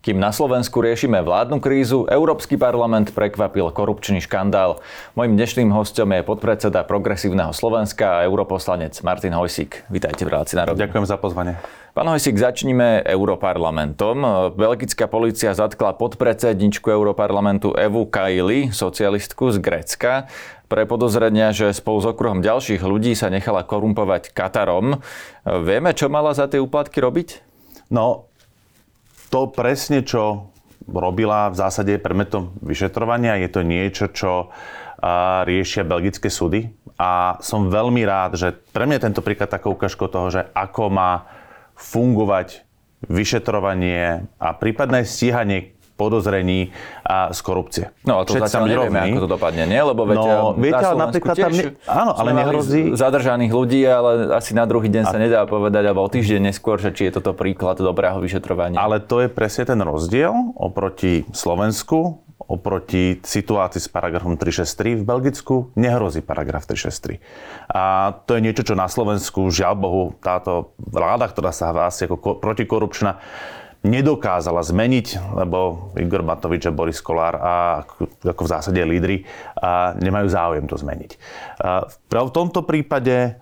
Kým na Slovensku riešime vládnu krízu, Európsky parlament prekvapil korupčný škandál. Mojím dnešným hosťom je podpredseda Progresívneho Slovenska a europoslanec Martin Hojsík. Vítajte v relácii Na rovinu. Ďakujem za pozvanie. Pán Hojsík, začnime Europarlamentom. Belgická polícia zatkla podpredsedničku Europarlamentu Evu Kaili, socialistku z Grécka, pre podozrenia, že spolu s okruhom ďalších ľudí sa nechala korumpovať Katarom. Vieme, čo mala za tie úplatky robiť? No, to presne, čo robila, v zásade je predmetom vyšetrovania. Je to niečo, čo riešia belgické súdy. A som veľmi rád, že pre mňa je tento príklad takou ukážkou toho, že ako má fungovať vyšetrovanie a prípadné stíhanie podozrení z korupcie. No a to zatiaľ nevieme, ako to dopadne, nie? Lebo viete, na Slovensku tiež áno, ale nehrozí zadržaných ľudí, ale asi na druhý deň sa nedá povedať, alebo o týždeň neskôr, že či je toto príklad dobrého vyšetrovania. Ale to je presne ten rozdiel oproti Slovensku, oproti situácii s paragrafom 363. V Belgicku nehrozí paragraf 363. A to je niečo, čo na Slovensku, žiaľ Bohu, táto vláda, ktorá sa hlási ako protikorupčná, nedokázala zmeniť, lebo Igor Matovič a Boris Kollár ako v zásade lídri nemajú záujem to zmeniť. V tomto prípade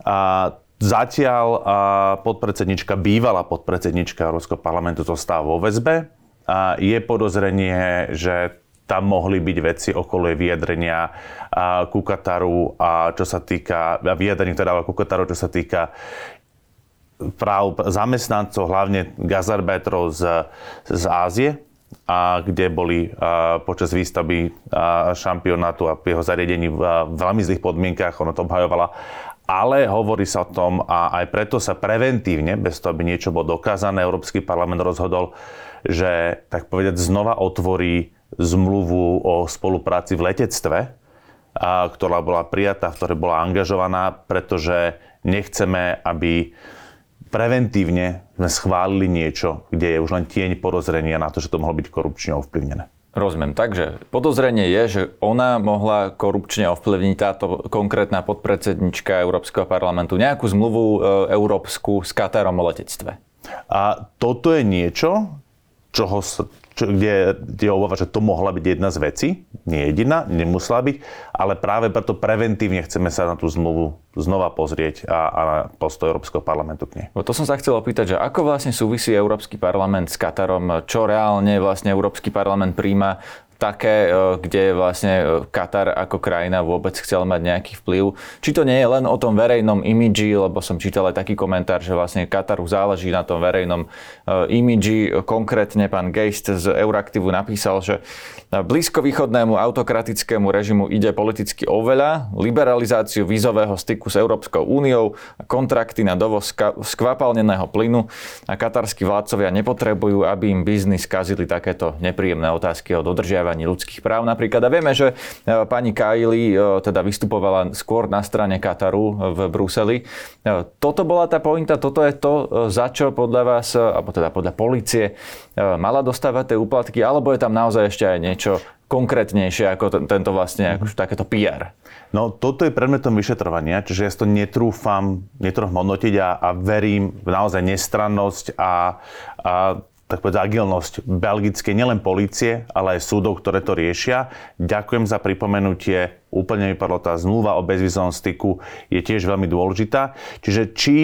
zatiaľ bývalá podpredsednička Európskeho parlamentu zostáva vo väzbe. Je podozrenie, že tam mohli byť veci okolo jej vyjadrenia ku Kataru a čo sa týka vyjadrení, ktoré ku Kataru, čo sa týka práv zamestnancov, hlavne gazarbajterov z Ázie, kde boli počas výstavby šampionátu a jeho zariadení v veľmi zlých podmienkách, ona to obhajovala. Ale hovorí sa o tom a aj preto sa preventívne, bez toho, aby niečo bolo dokázané, Európsky parlament rozhodol, že tak povedať znova otvorí zmluvu o spolupráci v letectve, ktorá bola prijatá, v ktorej bola angažovaná, pretože nechceme, aby preventívne sme schválili niečo, kde je už len tieň podozrenia na to, že to mohlo byť korupčne ovplyvnené. Rozumiem. Takže podozrenie je, že ona mohla korupčne ovplyvniť táto konkrétna podpredsednička Európskeho parlamentu nejakú zmluvu európsku s Katarom o letectve. A toto je niečo, kde je obava, že to mohla byť jedna z vecí. Nie jediná, nemusela byť, ale práve preto preventívne chceme sa na tú zmluvu znova pozrieť a na postoj Európskeho parlamentu k nej. To som sa chcel opýtať, že ako vlastne súvisí Európsky parlament s Katarom, čo reálne vlastne Európsky parlament príjma také, kde vlastne Katar ako krajina vôbec chcel mať nejaký vplyv. Či to nie je len o tom verejnom imidži, lebo som čítal aj taký komentár, že vlastne Kataru záleží na tom verejnom imidži. Konkrétne pán Geist z Euraktivu napísal, že blízkovýchodnému autokratickému režimu ide politicky oveľa, liberalizáciu vízového styku s Európskou úniou, kontrakty na dovoz skvapalneného plynu a katarskí vládcovia nepotrebujú, aby im biznis kazili takéto nepríjemné otázky o dodržiavaní ľudských práv napríklad. A vieme, že pani Kaili teda vystupovala skôr na strane Kataru v Bruseli. Toto bola tá pointa, toto je to, za čo podľa vás, alebo teda podľa polície, mala dostávať tie úplatky, alebo je tam naozaj ešte aj niečo konkrétnejšie ako tento vlastne, ako takéto PR? No, toto je predmetom vyšetrovania, čiže ja si to netrúfam hodnotiť a verím v naozaj nestrannosť a tak povedať agilnosť belgickej nielen polície, ale aj súdov, ktoré to riešia. Ďakujem za pripomenutie. Úplne mi padlo, tá zmluva o bezvízovom styku je tiež veľmi dôležitá. Čiže či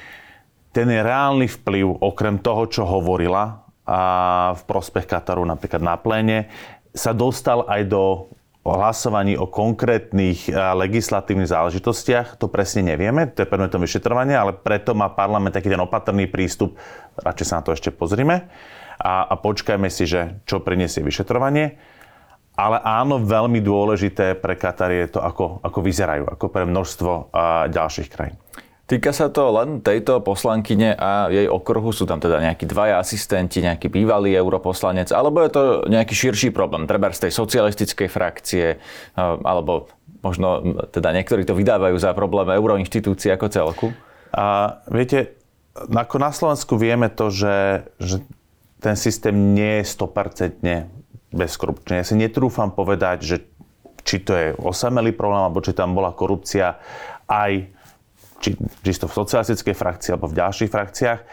ten reálny vplyv, okrem toho, čo hovorila v prospech Kataru napríklad na pléne, sa dostal aj do hlasovaní o konkrétnych legislatívnych záležitostiach, to presne nevieme, to je predmetom vyšetrovania, ale preto má parlament taký ten opatrný prístup, radšej sa na to ešte pozrime a počkajme si, že čo prinesie vyšetrovanie. Ale áno, veľmi dôležité pre Katar je to, ako vyzerajú, ako pre množstvo ďalších krajín. Týka sa to len tejto poslankyne a jej okruhu? Sú tam teda nejakí dvaja asistenti, nejaký bývalý europoslanec, alebo je to nejaký širší problém, treba z tej socialistickej frakcie, alebo možno teda niektorí to vydávajú za problém euroinštitúcií ako celku? Viete, ako na Slovensku vieme to, že ten systém nie je 100% bezkorupčný. Ja si netrúfam povedať, že či to je osamelý problém, alebo či tam bola korupcia aj čisto v socialistickej frakcii alebo v ďalších frakciách.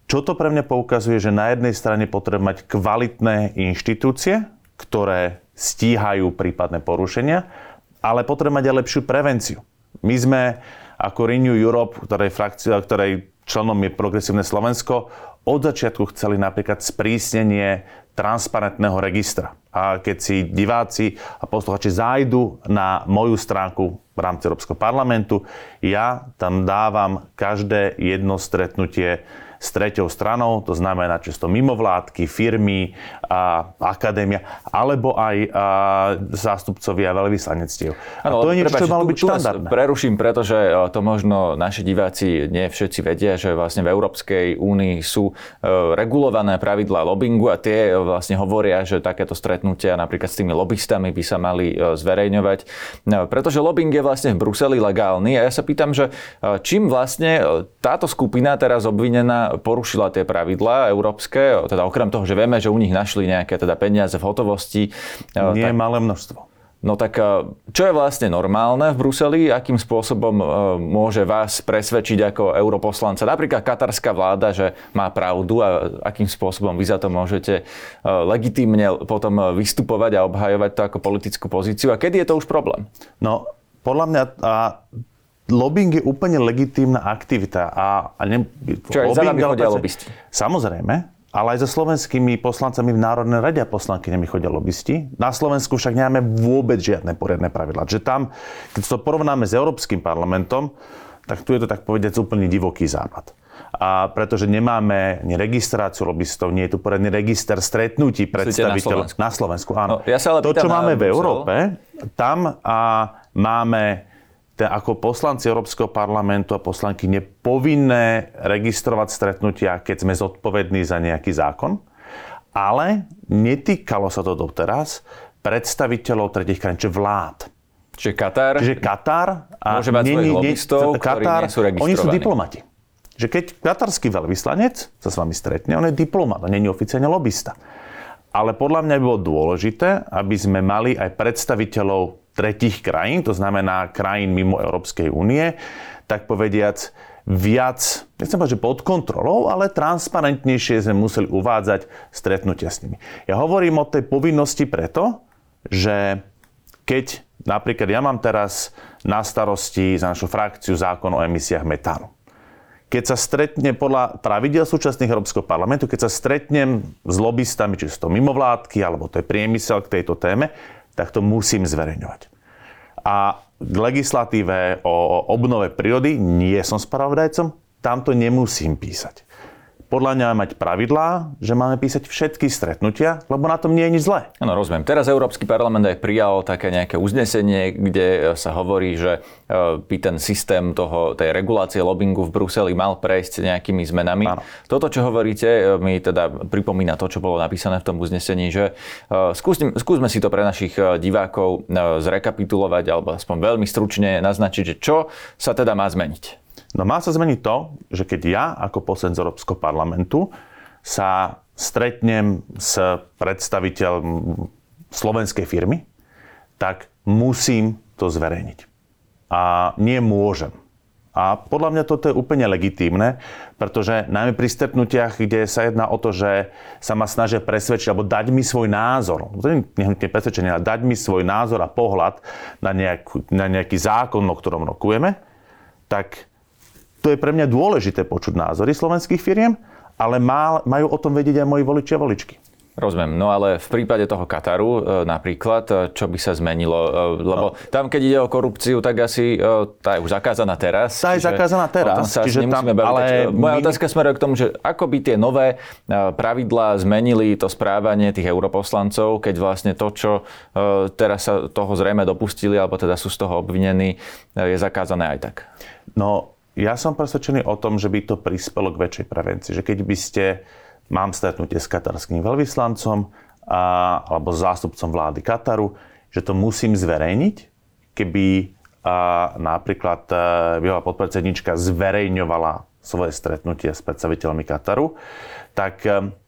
Čo to pre mňa poukazuje, že na jednej strane potrebujeme mať kvalitné inštitúcie, ktoré stíhajú prípadné porušenia, ale potrebujeme mať aj lepšiu prevenciu. My sme ako Renew Europe, ktorej členom je Progresívne Slovensko, od začiatku chceli napríklad sprísnenie transparentného registra. A keď si diváci a posluchači zájdu na moju stránku v rámci Európskeho parlamentu, ja tam dávam každé jedno stretnutie s treťou stranou, to znamená čisto mimovládky, firmy, akadémia, alebo aj zástupcovia veľvyslanectiev. A to je niečo, čo malo byť štandardné. Preruším, pretože to možno naši diváci nie všetci vedia, že vlastne v Európskej únii sú regulované pravidlá lobbingu a tie vlastne hovoria, že takéto stretnutia napríklad s tými lobbystami by sa mali zverejňovať. Pretože lobbying je vlastne v Bruseli legálny a ja sa pýtam, že čím vlastne táto skupina teraz obvinená porušila tie pravidlá európske, teda okrem toho, že vieme, že u nich našli nejaké teda peniaze v hotovosti. Nie je malé množstvo. No tak čo je vlastne normálne v Bruseli? Akým spôsobom môže vás presvedčiť ako europoslanca? Napríklad katarská vláda, že má pravdu a akým spôsobom vy za to môžete legitímne potom vystupovať a obhajovať to ako politickú pozíciu? A kedy je to už problém? No, podľa mňa lobbying je úplne legitímna aktivita. Čo aj za nami chodia lobbysti? Samozrejme, ale aj so slovenskými poslancami v Národnej rade a poslankyňami chodia lobbysti. Na Slovensku však nemáme vôbec žiadne poriadne pravidlá. Že tam, keď to porovnáme s Európskym parlamentom, tak tu je to tak povedať úplne divoký západ. A pretože nemáme ani registráciu lobbystov, nie je tu poriadny register stretnutí predstaviteľov. Na Slovensku, áno. No, ja sa ale to, čo máme v Európe, tam máme ako poslanci Európskeho parlamentu a poslankyne povinné registrovať stretnutia, keď sme zodpovední za nejaký zákon. Ale netýkalo sa to doteraz predstaviteľov tretích krajín, čiže vlád. Čiže Katar môže mať svojich lobbystov, ktorí nie sú registrovaní. Oni sú diplomati. Že keď katarský veľvyslanec sa s vami stretne, on je diplomat, on nie je oficiálne lobbysta. Ale podľa mňa by bolo dôležité, aby sme mali aj predstaviteľov tretích krajín, to znamená krajín mimo Európskej únie, tak povediac viac, nechcem povedať, že pod kontrolou, ale transparentnejšie sme museli uvádzať stretnutia s nimi. Ja hovorím o tej povinnosti preto, že keď napríklad ja mám teraz na starosti za našu frakciu zákon o emisiách metánu. Keď sa stretne podľa pravidiel súčasných Európskeho parlamentu, keď sa stretnem s lobbystami, či sú to mimovládky, alebo to je priemysel k tejto téme, tak to musím zverejňovať. A k legislatíve o obnove prírody nie som spravodajcom, tam to nemusím písať. Podľa mňa máme mať pravidlá, že máme písať všetky stretnutia, lebo na tom nie je nič zlé. Áno, rozumiem. Teraz Európsky parlament aj prijal také nejaké uznesenie, kde sa hovorí, že by ten systém tej regulácie lobbingu v Bruseli mal prejsť nejakými zmenami. Áno. Toto, čo hovoríte, mi teda pripomína to, čo bolo napísané v tom uznesení, že skúsme si to pre našich divákov zrekapitulovať, alebo aspoň veľmi stručne naznačiť, že čo sa teda má zmeniť. No má sa zmeniť to, že keď ja ako poslanec Európskeho parlamentu sa stretnem s predstaviteľom slovenskej firmy, tak musím to zverejniť. A nie môžem. A podľa mňa toto je úplne legitímne, pretože najmä pri stretnutiach, kde sa jedná o to, že sa ma snažia presvedčiť alebo dať mi svoj názor, to nie je presvedčenie, ale dať mi svoj názor a pohľad na nejaký zákon, o ktorom rokujeme, tak to je pre mňa dôležité počuť názory slovenských firiem, ale majú o tom vedieť aj moji voliči a voličky. Rozumiem, no ale v prípade toho Kataru napríklad, čo by sa zmenilo? Lebo tam, keď ide o korupciu, tak asi tá je už zakázaná teraz. Tá je zakázaná teraz. Čiže tam, ale moja otázka smeruje k tomu, že ako by tie nové pravidlá zmenili to správanie tých europoslancov, keď vlastne to, čo teraz sa toho zrejme dopustili, alebo teda sú z toho obvinení, je zakázané aj tak. No, ja som presvedčený o tom, že by to prispelo k väčšej prevencii. Že keď by mám stretnutie s katarským veľvyslancom alebo s zástupcom vlády Kataru, že to musím zverejniť, keby napríklad bývalá podpredsednička zverejňovala svoje stretnutie s predstaviteľmi Kataru, tak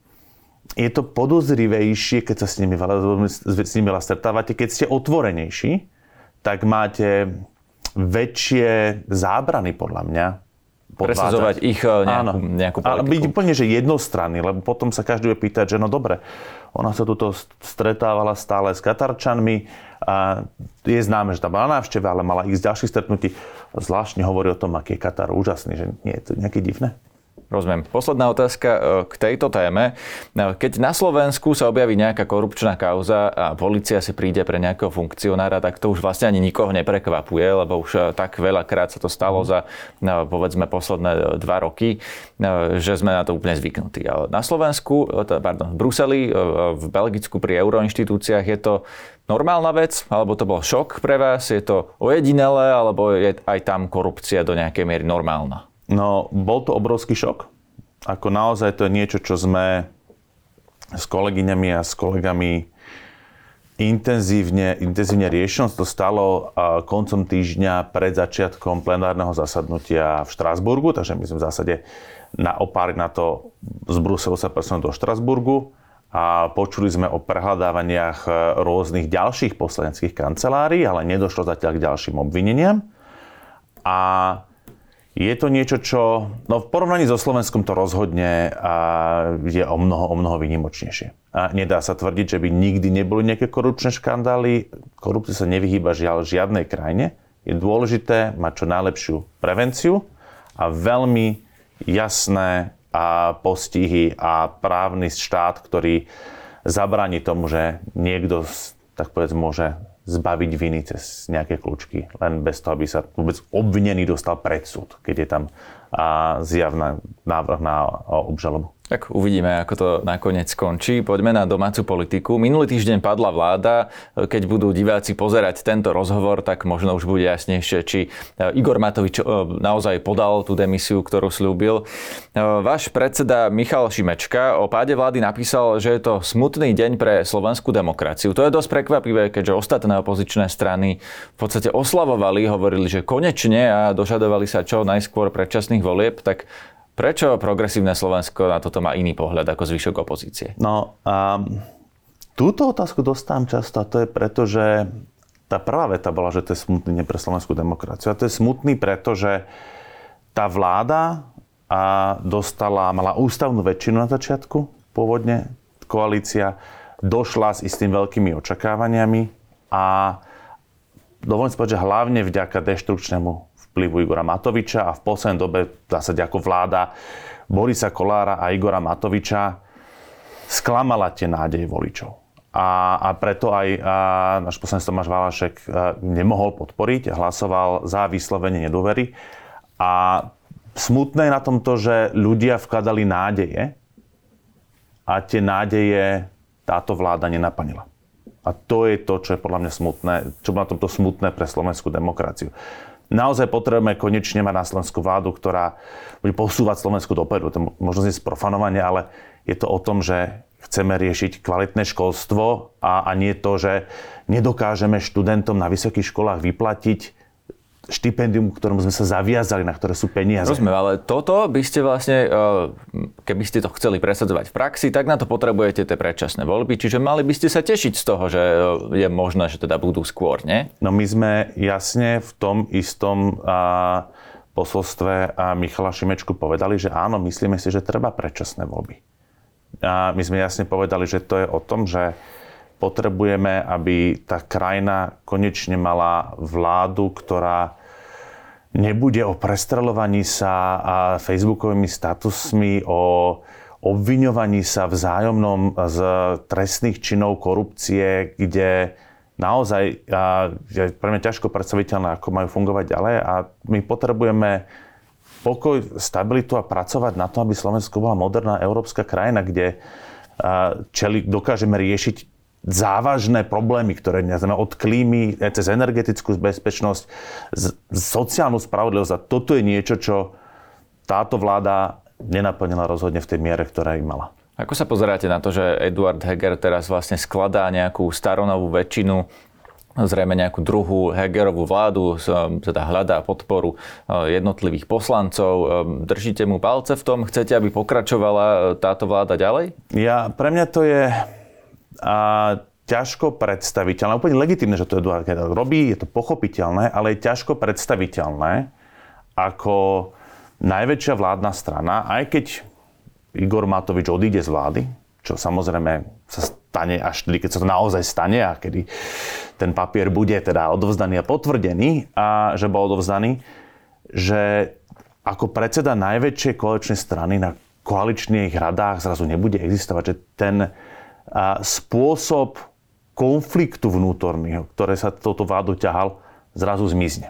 je to podozrivejšie, keď sa s nimi veľa stretávate. Keď ste otvorenejší, tak máte väčšie zábrany podľa mňa presadzovať ich nejakú politiku. A byť úplne, že jednostranný, lebo potom sa každý bude pýtať, že no dobre, ona sa tuto stretávala stále s Katarčanmi a je známe, že tam bola návšteva, ale mala ich z ďalších stretnutí. Zvláštne hovorí o tom, aký je Katar úžasný, že nie je to nejaké divné. Rozumiem. Posledná otázka k tejto téme. Keď na Slovensku sa objaví nejaká korupčná kauza a polícia si príde pre nejakého funkcionára, tak to už vlastne ani nikoho neprekvapuje, lebo už tak veľakrát sa to stalo za, povedzme, posledné 2 roky, že sme na to úplne zvyknutí. Ale na Slovensku, v Bruseli, v Belgicku pri euroinštitúciách je to normálna vec, alebo to bol šok pre vás? Je to ojedinelé, alebo je aj tam korupcia do nejakej miery normálna? No, bol to obrovský šok. Ako naozaj to je niečo, čo sme s kolegyňami a s kolegami intenzívne riešili. To stalo koncom týždňa pred začiatkom plenárneho zasadnutia v Štrasburgu, takže my sme v zásade na to z Bruselu sa presunuli do Štrasburgu a počuli sme o prehľadávaniach rôznych ďalších poslaneckých kancelárií, ale nedošlo zatiaľ k ďalším obvineniam. A je to niečo, čo v porovnaní so Slovenskom to rozhodne je o mnoho výnimočnejšie. A nedá sa tvrdiť, že by nikdy neboli nejaké korupčné škandály. Korupcia sa nevyhýba žiadnej krajine. Je dôležité mať čo najlepšiu prevenciu a veľmi jasné postihy a právny štát, ktorý zabráni tomu, že niekto, tak povedz, môže zbaviť viny cez nejaké kľúčky, len bez toho, aby sa vôbec obvinený dostal pred súd, keď je tam zjavný návrh na obžalobu. Tak uvidíme, ako to nakoniec skončí. Poďme na domácu politiku. Minulý týždeň padla vláda. Keď budú diváci pozerať tento rozhovor, tak možno už bude jasnejšie, či Igor Matovič naozaj podal tú demisiu, ktorú slúbil. Váš predseda Michal Šimečka o páde vlády napísal, že je to smutný deň pre slovenskú demokraciu. To je dosť prekvapivé, keďže ostatné opozičné strany v podstate oslavovali, hovorili, že konečne a dožadovali sa čo najskôr predčasných volieb. Tak prečo progresívne Slovensko na toto má iný pohľad ako zvyšok opozície? No, túto otázku dostávam často a to je preto, že tá prvá veta bola, že to je smutný deň pre slovenskú demokraciu. A to je smutný, pretože tá vláda mala ústavnú väčšinu na začiatku, pôvodne koalícia, došla s istým veľkými očakávaniami a dovolím si povedať, že hlavne vďaka deštrukčnému vplyvu Igora Matoviča a v poslednej dobe v zásade ako vláda Borisa Kollára a Igora Matoviča sklamala tie nádeje voličov. A preto aj náš poslanec Tomáš Valašek nemohol podporiť, hlasoval za vyslovenie nedôvery. A smutné je na tom to, že ľudia vkladali nádeje a tie nádeje táto vláda nenaplnila. A to je to, čo je podľa mňa smutné, čo je na tomto smutné pre slovenskú demokraciu. Naozaj potrebujeme konečne mať na Slovensku vládu, ktorá bude posúvať Slovensku dopredu. To možno znie sprofanovanie, ale je to o tom, že chceme riešiť kvalitné školstvo a nie to, že nedokážeme študentom na vysokých školách vyplatiť štipendium, ktorému sme sa zaviazali, na ktoré sú peniaze. Rozumiem, ale toto by ste vlastne, keby ste to chceli presadzovať v praxi, tak na to potrebujete tie predčasné voľby, čiže mali by ste sa tešiť z toho, že je možné, že teda budú skôr, nie? No my sme jasne v tom istom posolstve Michala Šimečku povedali, že áno, myslíme si, že treba predčasné voľby. A my sme jasne povedali, že to je o tom, že potrebujeme, aby tá krajina konečne mala vládu, ktorá nebude o prestreľovaní sa a facebookovými statusmi, o obviňovaní sa vzájomnom z trestných činov korupcie, kde naozaj je pre mňa ťažko predstaviteľné, ako majú fungovať ďalej. A my potrebujeme pokoj, stabilitu a pracovať na to, aby Slovensko bola moderná európska krajina, kde dokážeme riešiť závažné problémy, ktoré znamená od klímy, cez energetickú bezpečnosť, sociálnu spravodlivosť. A toto je niečo, čo táto vláda nenaplnila rozhodne v tej miere, ktorá im mala. Ako sa pozeráte na to, že Eduard Heger teraz vlastne skladá nejakú staronovú väčšinu, zrejme nejakú druhú Hegerovú vládu, teda hľadá podporu jednotlivých poslancov. Držíte mu palce v tom? Chcete, aby pokračovala táto vláda ďalej? Pre mňa to je ťažko predstaviteľné. Úplne legitímne, že to Eduard Heger robí, je to pochopiteľné, ale je ťažko predstaviteľné, ako najväčšia vládna strana, aj keď Igor Matovič odíde z vlády, čo samozrejme sa stane až vtedy, keď sa to naozaj stane a kedy ten papier bude teda odovzdaný a potvrdený a že bol odovzdaný, že ako predseda najväčšej koaličnej strany na koaličných radách zrazu nebude existovať, že ten spôsob konfliktu vnútorného, ktoré sa touto vládou ťahal, zrazu zmizne.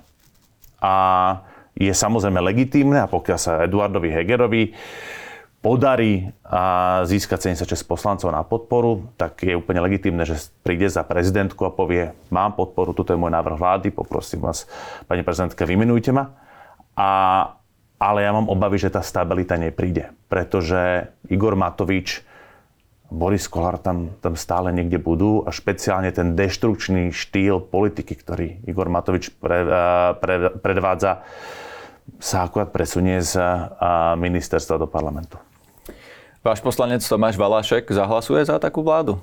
A je samozrejme legitímne, a pokiaľ sa Eduardovi Hegerovi podarí získať 76 poslancov na podporu, tak je úplne legitímne, že príde za prezidentku a povie, mám podporu, toto je môj návrh vlády, poprosím vás, pani prezidentka, vymenujte ma. Ale ja mám obavy, že tá stabilita nepríde, pretože Igor Matovič, Boris Kollár tam stále niekde budú a špeciálne ten deštrukčný štýl politiky, ktorý Igor Matovič predvádza, sa akurát presunie z ministerstva do parlamentu. Váš poslanec Tomáš Valašek zahlasuje za takú vládu?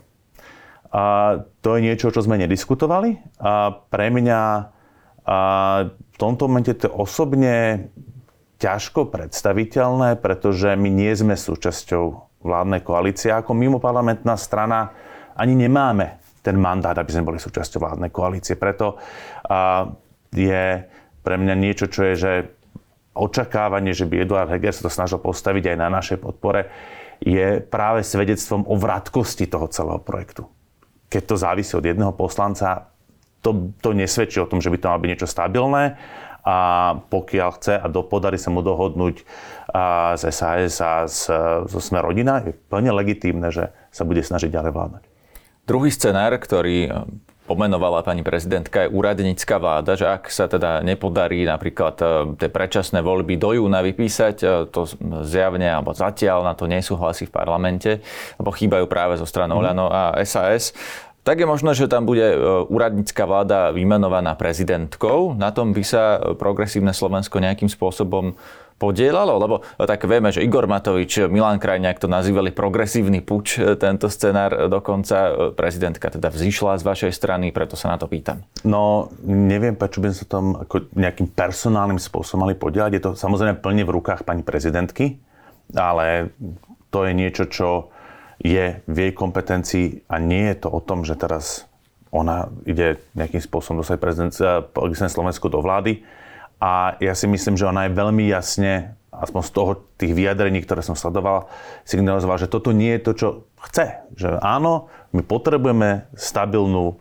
To je niečo, čo sme nediskutovali. Pre mňa v tomto momente to je osobne ťažko predstaviteľné, pretože my nie sme súčasťou vládnej koalície. Ako mimoparlamentná strana ani nemáme ten mandát, aby sme boli súčasťou vládnej koalície. Preto je pre mňa niečo, čo je, že očakávanie, že by Eduard Heger sa to snažil postaviť aj na našej podpore, je práve svedectvom o vratkosti toho celého projektu. Keď to závisí od jedného poslanca, to nesvedčí o tom, že by to malo byť niečo stabilné. A pokiaľ chce a podarí sa mu dohodnúť z SAS a zo Sme rodina, je plne legitímne, že sa bude snažiť ďalej vládnuť. Druhý scenár, ktorý pomenovala pani prezidentka, je úradnícka vláda, že ak sa teda nepodarí napríklad tie predčasné voľby do júna vypísať, to zjavne, alebo zatiaľ na to nesúhlasí v parlamente, alebo chýbajú práve zo strany Oľano a SAS, tak je možné, že tam bude úradnícka vláda vymenovaná prezidentkou. Na tom by sa Progresívne Slovensko nejakým spôsobom podielalo? Lebo tak vieme, že Igor Matovič, Milan Krajniak to nazývali progresívny puč, tento scenár. Dokonca prezidentka teda vzišla z vašej strany, preto sa na to pýtam. No, neviem, prečo by sme sa tam ako nejakým personálnym spôsobom mali podielať. Je to samozrejme plne v rukách pani prezidentky, ale to je niečo, čo je v jej kompetencii a nie je to o tom, že teraz ona ide nejakým spôsobom dostať Progresívne Slovensko do vlády. A ja si myslím, že ona je veľmi jasne, aspoň z toho tých vyjadrení, ktoré som sledoval, signalizovala, že toto nie je to, čo chce. Že áno, my potrebujeme stabilnú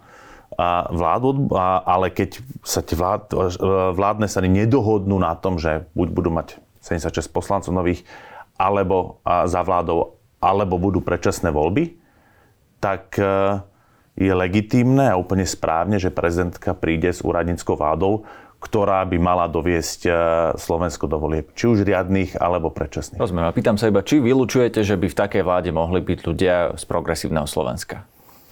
vládu, ale keď sa tie vládne strany nedohodnú na tom, že buď budú mať 76 poslancov nových, alebo za vládou, alebo budú predčasné voľby, tak je legitímne a úplne správne, že prezidentka príde s úradníckou vládou, ktorá by mala doviesť Slovensko do volieb, či už riadnych, alebo predčasných. Rozumiem. A pýtam sa iba, či vylučujete, že by v takej vláde mohli byť ľudia z Progresívneho Slovenska?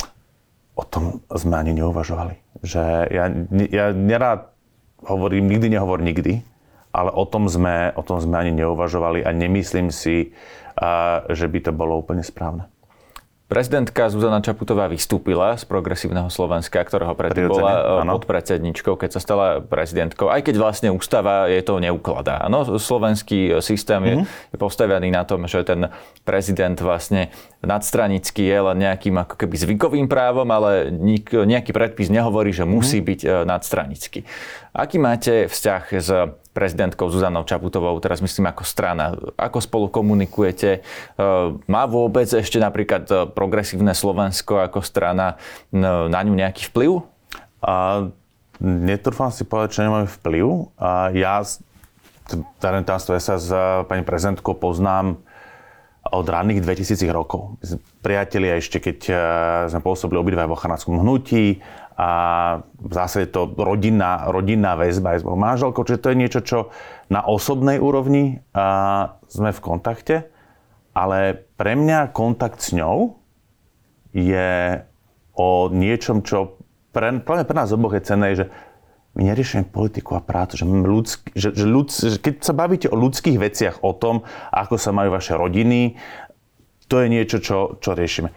O tom sme ani neuvažovali. Že ja nerád hovorím, nikdy nehovor nikdy, ale o tom sme ani neuvažovali a nemyslím si, že by to bolo úplne správne. Prezidentka Zuzana Čaputová vystúpila z Progresívneho Slovenska, ktorého predtým bola podpredsedničkou, keď sa stala prezidentkou. Aj keď vlastne ústava jej to neukladá. Áno, slovenský systém je postavený na tom, že ten prezident vlastne nadstranický je len nejakým ako keby zvykovým právom, ale nejaký predpis nehovorí, že musí byť nadstranický. Aký máte vzťah s prezidentkou Zuzanou Čaputovou, teraz myslím ako strana? Ako spolu komunikujete? Má vôbec ešte napríklad Progresívne Slovensko ako strana na ňu nejaký vplyv? Netrúfam si povedať, že nemáme vplyv. Ja sa s pani prezidentkou poznám od ranných 2000 rokov. Priatelia ešte, keď sme pôsobili obidva vo Chanáckom hnutí, a v zásade to rodinná väzba je s mojou manželkou, čiže to je niečo, čo na osobnej úrovni sme v kontakte, ale pre mňa kontakt s ňou je o niečom, čo pre nás oboch je cenné, že my neriešime politiku a prácu, že keď sa bavíte o ľudských veciach, o tom, ako sa majú vaše rodiny, to je niečo, čo riešime.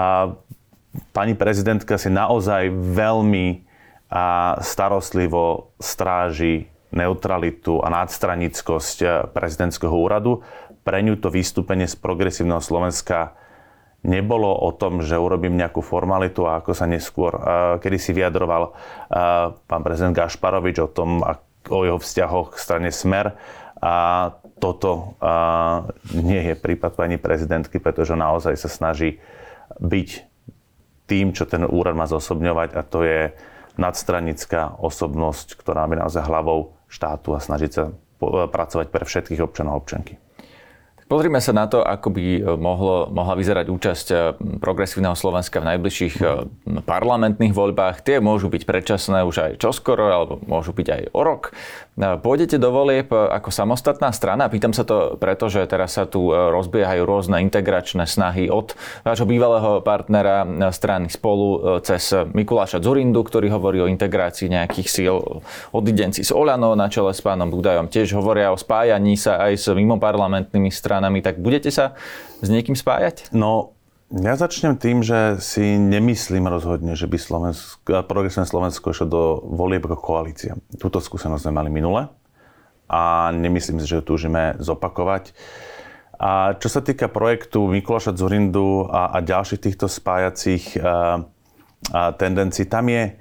Pani prezidentka si naozaj veľmi starostlivo stráži neutralitu a nadstranickosť prezidentského úradu. Pre ňu to vystúpenie z Progresívneho Slovenska nebolo o tom, že urobím nejakú formalitu, a ako sa neskôr kedysi vyjadroval pán prezident Gašparovič o jeho vzťahoch k strane Smer. A toto nie je prípad pani prezidentky, pretože naozaj sa snaží byť tým, čo ten úrad má zosobňovať, a to je nadstranická osobnosť, ktorá by naozaj hlavou štátu a snažiť sa pracovať pre všetkých občanov a občanky. Pozrime sa na to, ako by mohla vyzerať účasť Progresívneho Slovenska v najbližších parlamentných voľbách. Tie môžu byť predčasné už aj čoskoro, alebo môžu byť aj o rok. Pôjdete do volieb ako samostatná strana? Pýtam sa to preto, že teraz sa tu rozbiehajú rôzne integračné snahy od vášho bývalého partnera strany Spolu cez Mikuláša Dzurindu, ktorý hovorí o integrácii nejakých síl, odidenci z Oľano na čele s pánom Budajom. Tiež hovoria o spájaní sa aj s mimoparlamentnými stranami. Tak budete sa s niekým spájať? No, ja začnem tým, že si nemyslím rozhodne, že by Progresívne Slovensko išlo do volieb ako koalícia. Túto skúsenosť sme mali minule a nemyslím si, že ju túžime zopakovať. A čo sa týka projektu Mikuláša Dzurindu a ďalších týchto spájacích tendencií, tam je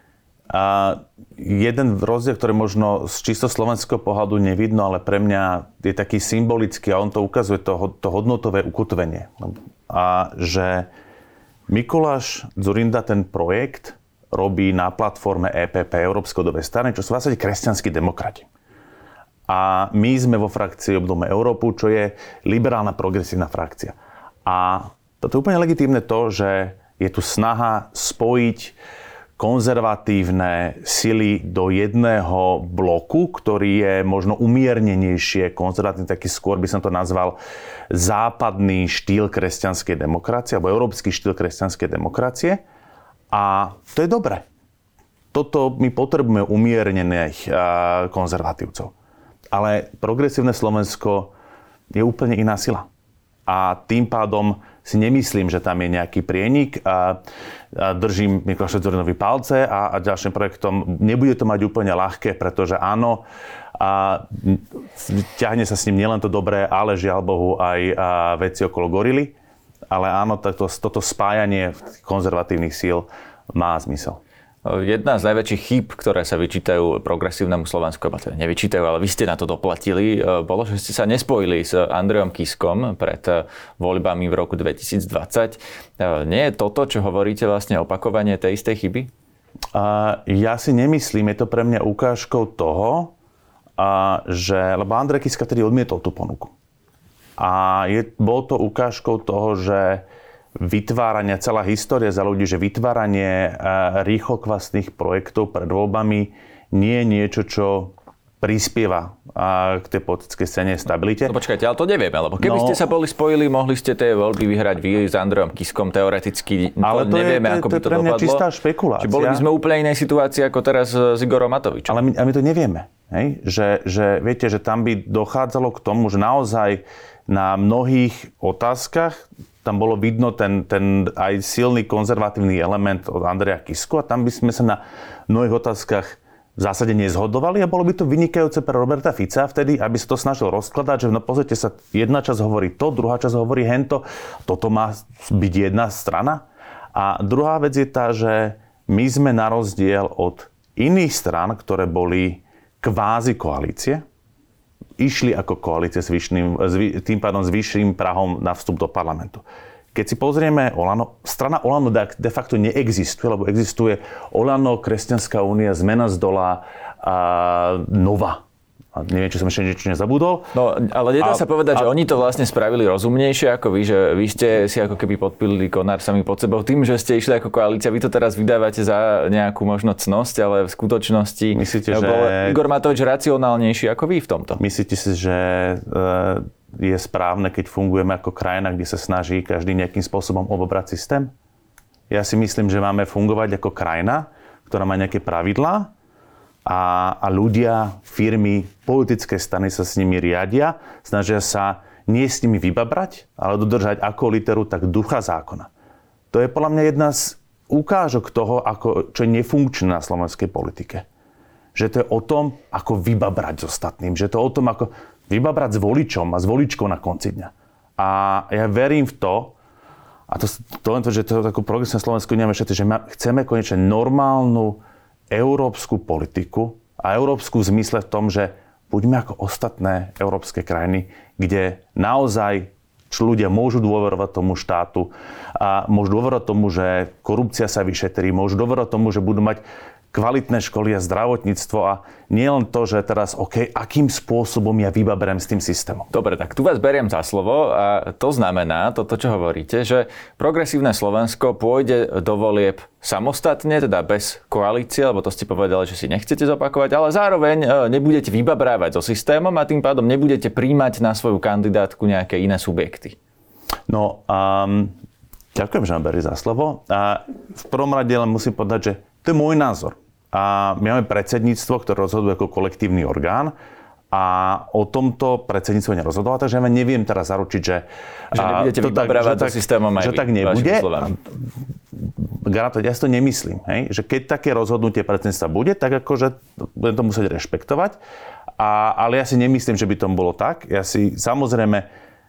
jeden rozdiel, ktorý možno z čisto slovenského pohľadu nevidno, ale pre mňa je taký symbolický, a on to ukazuje to hodnotové ukotvenie. A že Mikuláš Dzurinda ten projekt robí na platforme EPP, Európskej ľudovej strany, čo sú v zásade kresťanskí demokrati. A my sme vo frakcii Obnovme Európu, čo je liberálna progresívna frakcia. A toto je úplne legitímne to, že je tu snaha spojiť konzervatívne sily do jedného bloku, ktorý je možno umiernenejšie konzervatívny, taký skôr by som to nazval západný štýl kresťanskej demokracie, alebo európsky štýl kresťanskej demokracie. A to je dobre. Toto my potrebujeme umiernených konzervatívcov. Ale Progresívne Slovensko je úplne iná sila. A tým pádom si nemyslím, že tam je nejaký prienik. Držím Mikulášovi Dzurindovi palce a ďalším projektom nebude to mať úplne ľahké, pretože áno, ťahne sa s ním nielen to dobré, ale žiaľ Bohu aj veci okolo gorily. Ale áno, toto spájanie konzervatívnych síl má zmysel. Jedna z najväčších chýb, ktoré sa vyčítajú Progresívnemu Slovensku, teda nevyčítajú, ale vy ste na to doplatili, bolo, že ste sa nespojili s Andrejom Kiskom pred voľbami v roku 2020. Nie je toto, čo hovoríte, vlastne opakovanie tej istej chyby? Ja si nemyslím, je to pre mňa ukážkou toho, lebo Andrej Kiska tedy odmietol tú ponuku. A bol to ukážkou toho, že celá história za ľudí, že vytváranie rýchlokvasných projektov pred voľbami nie je niečo, čo prispieva k tej politickej scéne stabilite. No počkajte, ale to nevieme, lebo keby ste sa boli spojili, mohli ste tie voľby vyhrať vy s Andrejom Kiskom teoreticky. Ale to nevieme, ako by to dopadlo. To je pre mňa čistá špekulácia. Či boli by sme úplne inej situácii ako teraz s Igorom Matovičom. Ale my to nevieme. Hej? Že viete, že tam by dochádzalo k tomu, že naozaj na mnohých otázkach tam bolo vidno ten aj silný konzervatívny element od Andreja Kisku a tam by sme sa na mnohých otázkach v zásade nezhodovali a bolo by to vynikajúce pre Roberta Fica vtedy, aby sa to snažil rozkladať, že no pozrite sa, jedna časť hovorí to, druhá časť hovorí hento, toto má byť jedna strana. A druhá vec je tá, že my sme na rozdiel od iných strán, ktoré boli kvázi koalície, išli ako koalície tým pádom s vyšším prahom na vstup do parlamentu. Keď si pozrieme Olano, strana Olano de facto neexistuje, lebo existuje Olano, Kresťanská únia, Zmena zdola a Nova. A neviem, či som ešte niečo nezabudol. No, ale nedá sa povedať, že oni to vlastne spravili rozumnejšie ako vy, že vy ste si ako keby podpílili konár sami pod sebou tým, že ste išli ako koalícia. Vy to teraz vydávate za nejakú možno cnosť, ale v skutočnosti bol Igor Matovič racionálnejší ako vy v tomto. Myslíte si, že je správne, keď fungujeme ako krajina, kde sa snaží každý nejakým spôsobom obobrať systém? Ja si myslím, že máme fungovať ako krajina, ktorá má nejaké pravidlá, a ľudia, firmy, politické strany sa s nimi riadia, snažia sa nie s nimi vybabrať, ale dodržať ako literu, tak ducha zákona. To je podľa mňa jedna z ukážok toho, čo je nefunkčné na slovenskej politike. že to je o tom, ako vybabrať s ostatným, že to je o tom, ako vybabrať s voličom a s voličkou na konci dňa. A ja verím v to, a že to ako progresívne Slovensko nemáme všetci, že chceme konečne normálnu európsku politiku a európsku v zmysle v tom, že buďme ako ostatné európske krajiny, kde naozaj ľudia môžu dôverovať tomu štátu a môžu dôverovať tomu, že korupcia sa vyšetrí, môžu dôverovať tomu, že budú mať kvalitné školy a zdravotníctvo a nie len to, že teraz, akým spôsobom ja vybaberiem s tým systémom. Dobre, tak tu vás beriem za slovo a to znamená, toto, čo hovoríte, že progresívne Slovensko pôjde do volieb samostatne, teda bez koalície, lebo to ste povedali, že si nechcete zopakovať, ale zároveň nebudete vybabrávať so systémom a tým pádom nebudete príjmať na svoju kandidátku nejaké iné subjekty. No, ďakujem, že ma berí za slovo. A v prvom rade len musím povedať, že to je môj názor. A my máme predsedníctvo, ktoré rozhoduje ako kolektívny orgán a o tomto predsedníctvo nerozhodovalo, takže ja neviem teraz zaručiť, že nebudete vybabrávať do systémom aj že tak nebude. Garantovať, ja si to nemyslím. Hej? Že keď také rozhodnutie predsedníctva bude, tak akože budem to musieť rešpektovať. Ale ja si nemyslím, že by to bolo tak. Ja si samozrejme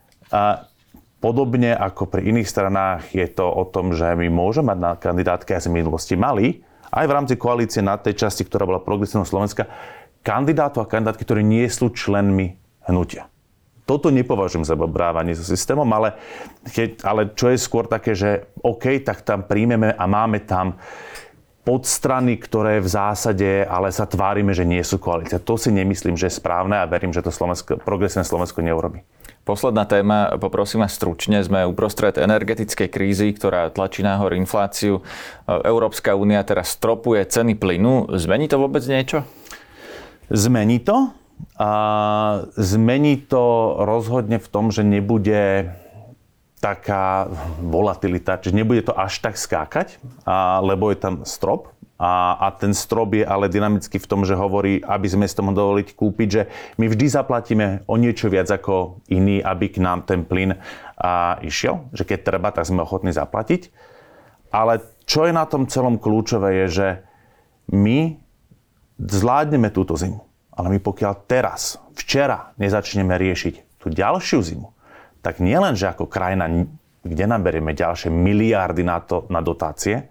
podobne ako pri iných stranách je to o tom, že my môžeme mať na kandidátke aj z minulosti mali, aj v rámci koalície na tej časti, ktorá bola progresívna Slovenska, kandidátov a kandidátky, ktorí nie sú členmi hnutia. Toto nepovažujem za brávanie so systémom, ale čo je skôr také, že tak tam príjmeme a máme tam podstrany, ktoré v zásade, ale sa tvárime, že nie sú koalícia. To si nemyslím, že je správne a verím, že to progresívne Slovensko neurobí. Posledná téma, poprosím vás stručne, sme uprostred energetickej krízy, ktorá tlačí nahor infláciu. Európska únia teraz stropuje ceny plynu. Zmení to vôbec niečo? Zmení to. Zmení to rozhodne v tom, že nebude taká volatilita, čiže nebude to až tak skákať, lebo je tam strop. A ten strop je ale dynamicky v tom, že hovorí, aby sme si to mohli dovoliť kúpiť, že my vždy zaplatíme o niečo viac ako iní, aby k nám ten plyn išiel. Že keď treba, tak sme ochotní zaplatiť. Ale čo je na tom celom kľúčové je, že my zvládneme túto zimu. Ale my pokiaľ včera nezačneme riešiť tú ďalšiu zimu, tak nielen, že ako krajina, kde naberieme ďalšie miliardy na dotácie,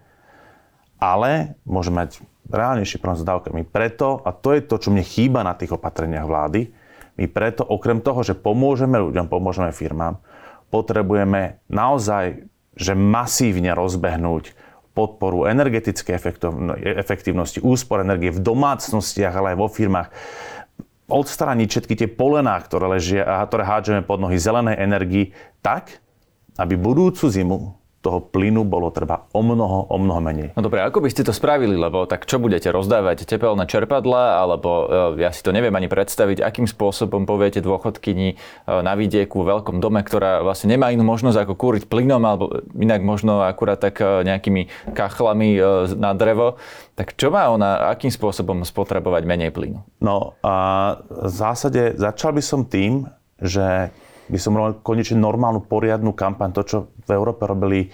ale môžeme mať reálnejší problém s dávkami. Preto, a to je to, čo mne chýba na tých opatreniach vlády, my preto, okrem toho, že pomôžeme ľuďom, pomôžeme firmám, potrebujeme naozaj, že masívne rozbehnúť podporu energetickej efektívnosti, úspor energie v domácnostiach, ale aj vo firmách. Odstrániť všetky tie polená, ktoré ležia a ktoré hádžeme pod nohy zelenej energii tak, aby budúcu zimu toho plynu bolo treba o mnoho menej. No dobre, ako by ste to spravili, lebo tak čo budete rozdávať tepelné čerpadlá, alebo ja si to neviem ani predstaviť, akým spôsobom poviete dôchodkyni na vidieku v veľkom dome, ktorá vlastne nemá inú možnosť ako kúriť plynom, alebo inak možno akurát tak nejakými kachlami na drevo. Tak čo má ona, akým spôsobom spotrebovať menej plynu? No v zásade začal by som tým, že by som robil konečne normálnu, poriadnu kampaň, to, čo v Európe robili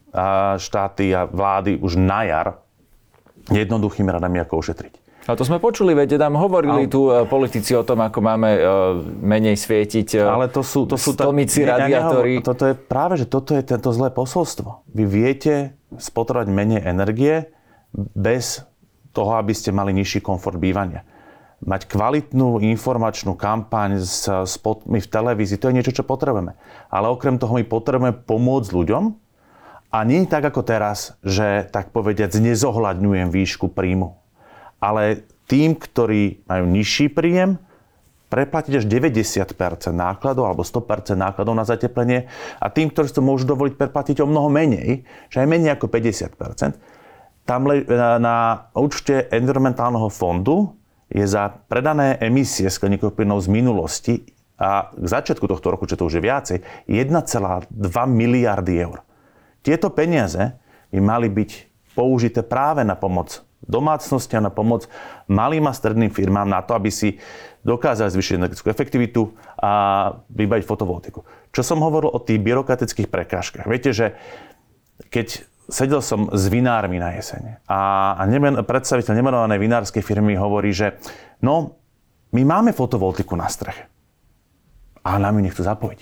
štáty a vlády už na jar, jednoduchými radami, ako ušetriť. A to sme počuli, veď nám hovorili tu politici o tom, ako máme menej svietiť stlmici, radiátory. Toto je práve, že toto je tento zlé posolstvo. Vy viete spotrebovať menej energie bez toho, aby ste mali nižší komfort bývania. Mať kvalitnú informačnú kampaň s spotmi v televízii, to je niečo, čo potrebujeme. Ale okrem toho my potrebujeme pomôcť ľuďom a nie tak ako teraz, že tak povediac nezohľadňujem výšku príjmu. Ale tým, ktorí majú nižší príjem, preplatiť až 90% nákladov alebo 100% nákladov na zateplenie a tým, ktorí si to môžu dovoliť preplatiť o mnoho menej, že aj menej ako 50%, tam na účte environmentálneho fondu je za predané emisie skleníkových plynov z minulosti a k začiatku tohto roku, čo to už je viacej, 1,2 miliardy eur. Tieto peniaze by mali byť použité práve na pomoc domácnostiam, na pomoc malým a stredným firmám na to, aby si dokázali zvýšiť energetickú efektivitu a vybaviť fotovoltaiku. Čo som hovoril o tých byrokratických prekážkach. Viete, že keď sedel som s vinármi na jeseň a predstaviteľ nemenovanej vinárskej firmy hovorí, že no, my máme fotovoltiku na streche, ale nám ju nechcú zapojiť.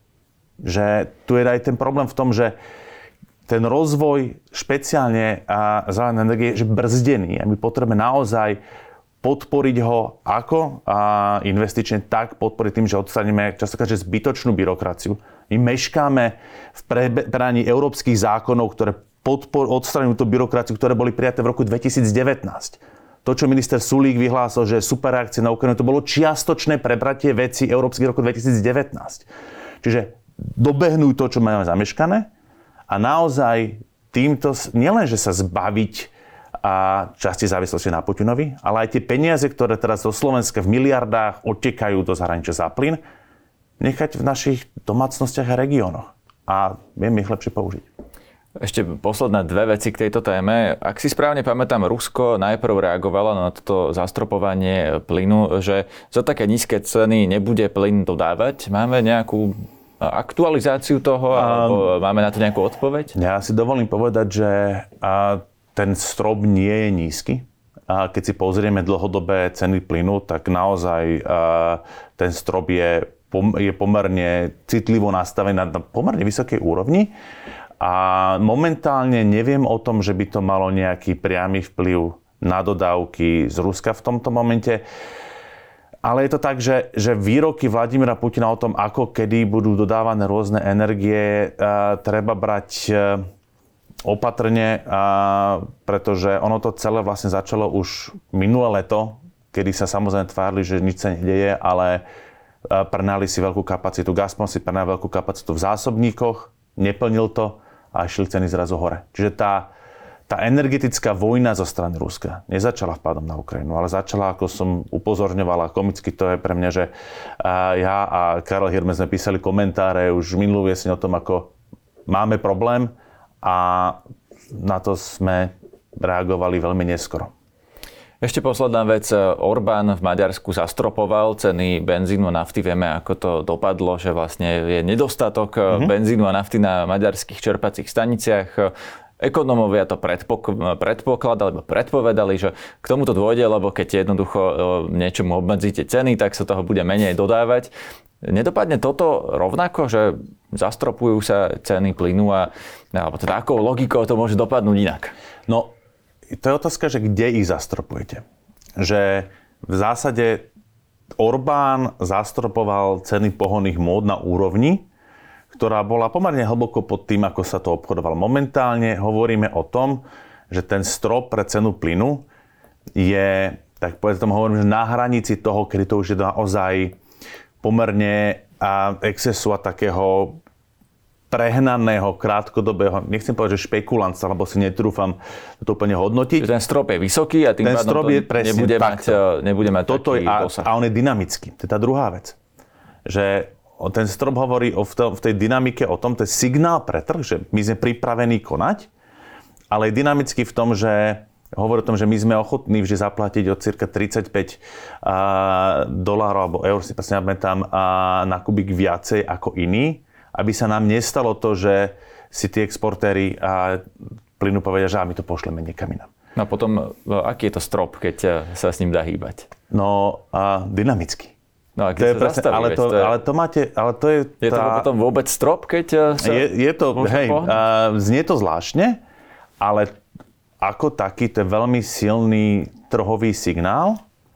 Že tu je aj ten problém v tom, že ten rozvoj špeciálne zelenej energie je brzdený a my potrebujeme naozaj podporiť ho ako investične, tak podporiť tým, že odstraníme častokrát zbytočnú byrokraciu. My meškáme v prebraní európskych zákonov, ktoré odstraňujú tú byrokraciu, ktoré boli prijaté v roku 2019. To, čo minister Sulík vyhlásil, že super reakcie na Ukrajinu, to bolo čiastočné prebratie vecí európskych roku 2019. Čiže dobehnú to, čo máme zameškané a naozaj týmto nielenže sa zbaviť a časti závislosti na Putinovi, ale aj tie peniaze, ktoré teraz zo Slovenska v miliardách odtekajú do zahraničia za plyn, nechať v našich domácnostiach a regiónoch. A vieme ich lepšie použiť. Ešte posledné dve veci k tejto téme. Ak si správne pamätám, Rusko najprv reagovalo na toto zastropovanie plynu, že za také nízke ceny nebude plyn dodávať. Máme nejakú aktualizáciu toho, alebo máme na to nejakú odpoveď? Ja si dovolím povedať, že ten strop nie je nízky. A keď si pozrieme dlhodobé ceny plynu, tak naozaj ten strop je pomerne citlivo nastavený na pomerne vysokej úrovni. A momentálne neviem o tom, že by to malo nejaký priamy vplyv na dodávky z Ruska v tomto momente. Ale je to tak, že výroky Vladimíra Putina o tom, ako kedy budú dodávané rôzne energie, treba brať opatrne, pretože ono to celé vlastne začalo už minulé leto, kedy sa samozrejme tvárili, že nič sa nedeje, ale prenali si veľkú kapacitu. Gazprom si prenal veľkú kapacitu v zásobníkoch, neplnil to a išli ceny zrazu hore. Čiže tá energetická vojna zo strany Ruska nezačala vpádom na Ukrajinu, ale začala, ako som upozorňoval, a komicky to je pre mňa, že ja a Karel Hirme sme písali komentáre už minulú jeseň o tom, ako máme problém, a na to sme reagovali veľmi neskoro. Ešte posledná vec. Orbán v Maďarsku zastropoval ceny benzínu a nafty. Vieme, ako to dopadlo, že vlastne je nedostatok benzínu a nafty na maďarských čerpacích staniciach. Ekonómovia to predpokladali, alebo predpovedali, že k tomuto dôjde, lebo keď jednoducho niečomu obmedzíte ceny, tak sa toho bude menej dodávať. Nedopadne toto rovnako, že zastropujú sa ceny plynu alebo teda akou logikou to môže dopadnúť inak? No, to je otázka, že kde ich zastropujete. Že v zásade Orbán zastropoval ceny pohonných môd na úrovni, ktorá bola pomerne hlboko pod tým, ako sa to obchodovalo. Momentálne hovoríme o tom, že ten strop pre cenu plynu je, tak povedzme, hovorím, že na hranici toho, kedy to už je naozaj pomerne excesu a takého prehnaného, krátkodobého, nechcem povedať, že špekulantstva, lebo si netrúfam to úplne hodnotiť. Ten strop je vysoký a tým pádom nebude mať toto taký dosah. A on je dynamický. To je tá druhá vec. Že ten strop hovorí v tej dynamike o tom, to je signál pre trh, že my sme pripravení konať, ale je dynamický v tom, že hovorí o tom, že my sme ochotní vždy zaplatiť od cirka $35 alebo eur, si presne pamätám, na kubík viacej ako iní, aby sa nám nestalo to, že si tí exportéri plynu povedia, že my to pošleme niekam inám. No a potom, aký je to strop, keď sa s ním dá hýbať? No, dynamicky. No a keď sa zastaví, je to potom vôbec strop, keď sa znie to zvláštne, ale ako taký, to je veľmi silný trhový signál,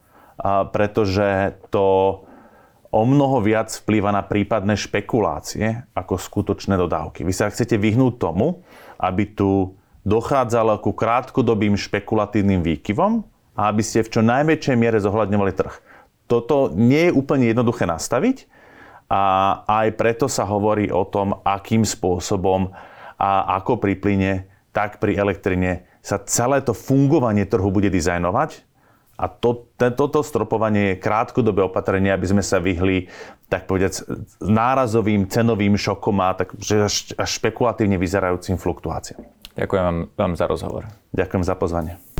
pretože to o mnoho viac vplýva na prípadné špekulácie ako skutočné dodávky. Vy sa chcete vyhnúť tomu, aby tu dochádzalo ku krátkodobým špekulatívnym výkyvom a aby ste v čo najväčšej miere zohľadňovali trh. Toto nie je úplne jednoduché nastaviť a aj preto sa hovorí o tom, akým spôsobom a ako pri plyne, tak pri elektrine sa celé to fungovanie trhu bude dizajnovať. A toto stropovanie je krátkodobé opatrenie, aby sme sa vyhli, tak povedať, nárazovým cenovým šokom a tak, až špekulatívne vyzerajúcim fluktuáciám. Ďakujem vám za rozhovor. Ďakujem za pozvanie.